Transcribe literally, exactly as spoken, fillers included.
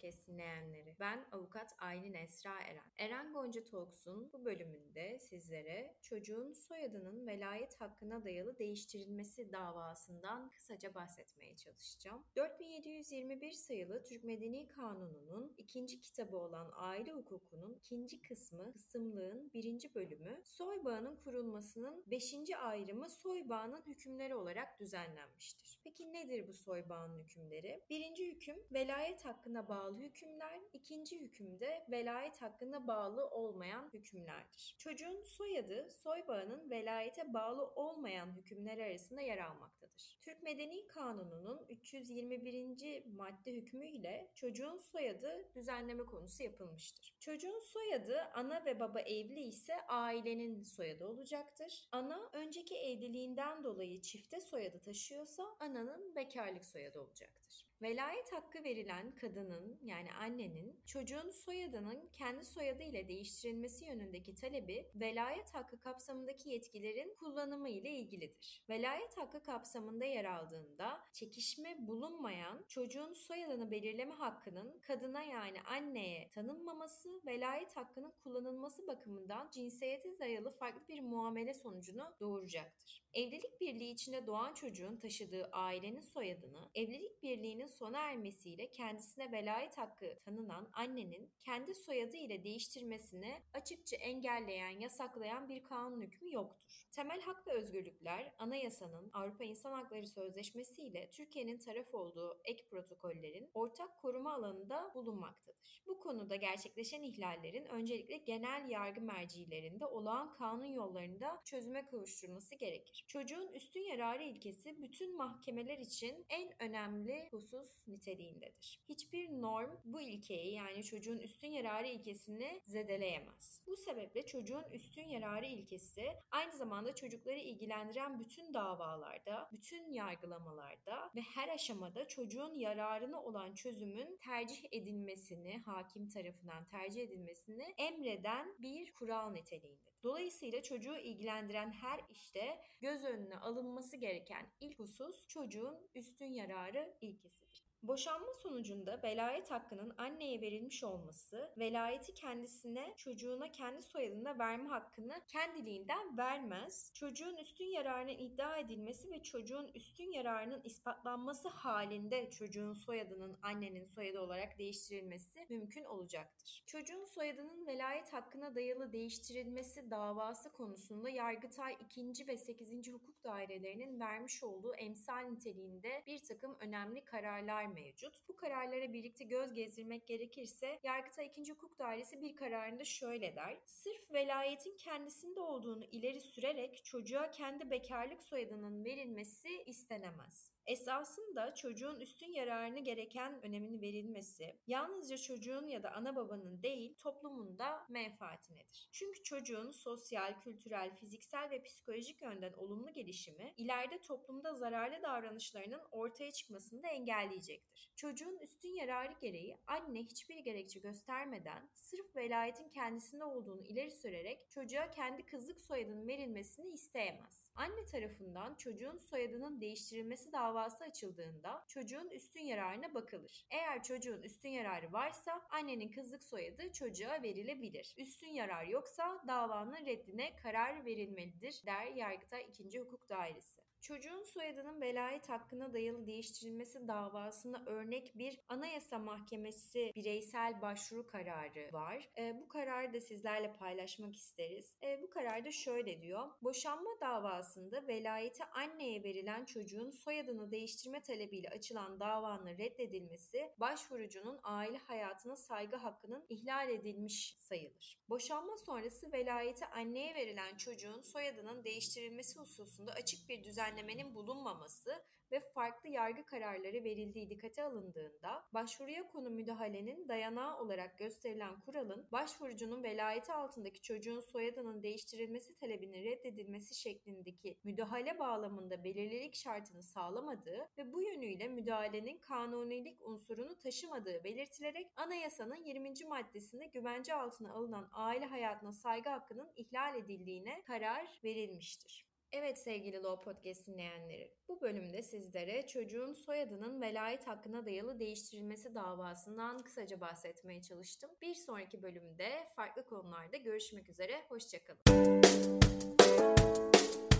Podcast dinleyenleri. Ben avukat Aylin Esra Eren. Eren Gonca Talks'un bu bölümünde sizlere çocuğun soyadının velayet hakkına dayalı değiştirilmesi davasından kısaca bahsetmeye çalışacağım. dört bin yedi yüz yirmi bir sayılı Türk Medeni Kanunu'nun ikinci kitabı olan aile hukukunun ikinci kısmı, kısımlığın birinci bölümü, soy bağının kurulmasının beşinci ayrımı soy bağının hükümleri olarak düzenlenmiştir. Peki nedir bu soy bağının hükümleri? Birinci hüküm velayet hakkına bağlı hükümler, ikinci hükümde velayet hakkına bağlı olmayan hükümlerdir. Çocuğun soyadı soy bağının velayete bağlı olmayan hükümler arasında yer almaktadır. Türk Medeni Kanunu'nun üç yüz yirmi birinci madde hükmüyle çocuğun soyadı düzenleme konusu yapılmıştır. Çocuğun soyadı ana ve baba evli ise ailenin soyadı olacaktır. Ana önceki evliliğinden dolayı çifte soyadı taşıyorsa ananın bekarlık soyadı olacaktır. Velayet hakkı verilen kadının yani annenin çocuğun soyadının kendi soyadı ile değiştirilmesi yönündeki talebi velayet hakkı kapsamındaki yetkilerin kullanımı ile ilgilidir. Velayet hakkı kapsamında yer aldığında çekişme bulunmayan çocuğun soyadını belirleme hakkının kadına yani anneye tanınmaması velayet hakkının kullanılması bakımından cinsiyete dayalı farklı bir muamele sonucunu doğuracaktır. Evlilik birliği içinde doğan çocuğun taşıdığı ailenin soyadını evlilik birliğinin sona ermesiyle kendisine velayet hakkı tanınan annenin kendi soyadı ile değiştirmesini açıkça engelleyen, yasaklayan bir kanun hükmü yoktur. Temel hak ve özgürlükler anayasanın Avrupa İnsan Hakları Sözleşmesi ile Türkiye'nin taraf olduğu ek protokollerin ortak koruma alanında bulunmaktadır. Bu konuda gerçekleşen ihlallerin öncelikle genel yargı mercilerinde olağan kanun yollarında çözüme kavuşturulması gerekir. Çocuğun üstün yararı ilkesi bütün mahkemeler için en önemli husus niteliğindedir. Hiçbir norm bu ilkeyi yani çocuğun üstün yararı ilkesini zedeleyemez. Bu sebeple çocuğun üstün yararı ilkesi aynı zamanda çocukları ilgilendiren bütün davalarda, bütün yargılamalarda ve her aşamada çocuğun yararına olan çözümün tercih edilmesini, hakim tarafından tercih edilmesini emreden bir kural niteliğindedir. Dolayısıyla çocuğu ilgilendiren her işte göz önüne alınması gereken ilk husus çocuğun üstün yararı ilkesidir. Boşanma sonucunda velayet hakkının anneye verilmiş olması, velayeti kendisine, çocuğuna kendi soyadına verme hakkını kendiliğinden vermez. Çocuğun üstün yararının iddia edilmesi ve çocuğun üstün yararının ispatlanması halinde çocuğun soyadının annenin soyadı olarak değiştirilmesi mümkün olacaktır. Çocuğun soyadının velayet hakkına dayalı değiştirilmesi davası konusunda Yargıtay ikinci ve sekizinci hukuk dairelerinin vermiş olduğu emsal niteliğinde bir takım önemli kararlar mevcut. Bu kararlara birlikte göz gezdirmek gerekirse Yargıtay ikinci Hukuk Dairesi bir kararında şöyle der. Sırf velayetin kendisinde olduğunu ileri sürerek çocuğa kendi bekarlık soyadının verilmesi istenemez. Esasında çocuğun üstün yararını gereken önemini verilmesi yalnızca çocuğun ya da ana babanın değil toplumun da menfaatinedir. Çünkü çocuğun sosyal, kültürel, fiziksel ve psikolojik yönden olumlu gelişimi ileride toplumda zararlı davranışlarının ortaya çıkmasını da engelleyecektir. Çocuğun üstün yararı gereği anne hiçbir gerekçe göstermeden sırf velayetin kendisinde olduğunu ileri sürerek çocuğa kendi kızlık soyadının verilmesini isteyemez. Anne tarafından çocuğun soyadının değiştirilmesi davası açıldığında çocuğun üstün yararına bakılır. Eğer çocuğun üstün yararı varsa annenin kızlık soyadı çocuğa verilebilir. Üstün yarar yoksa davanın reddine karar verilmelidir der Yargıtay ikinci Hukuk Dairesi. Çocuğun soyadının velayet hakkına dayalı değiştirilmesi davasına örnek bir Anayasa Mahkemesi bireysel başvuru kararı var. E, bu kararı da sizlerle paylaşmak isteriz. E, bu kararda şöyle diyor. Boşanma davasında velayeti anneye verilen çocuğun soyadını değiştirme talebiyle açılan davanın reddedilmesi başvurucunun aile hayatına saygı hakkının ihlal edilmiş sayılır. Boşanma sonrası velayeti anneye verilen çocuğun soyadının değiştirilmesi hususunda açık bir düzenlemenin bulunmaması ve farklı yargı kararları verildiği dikkate alındığında başvuruya konu müdahalenin dayanağı olarak gösterilen kuralın başvurucunun velayeti altındaki çocuğun soyadının değiştirilmesi talebinin reddedilmesi şeklindeki müdahale bağlamında belirlilik şartını sağlamadığı ve bu yönüyle müdahalenin kanunilik unsurunu taşımadığı belirtilerek anayasanın yirminci maddesinde güvence altına alınan aile hayatına saygı hakkının ihlal edildiğine karar verilmiştir. Evet sevgili Law Podcast dinleyenleri, bu bölümde sizlere çocuğun soyadının velayet hakkına dayalı değiştirilmesi davasından kısaca bahsetmeye çalıştım. Bir sonraki bölümde farklı konularda görüşmek üzere, hoşça kalın.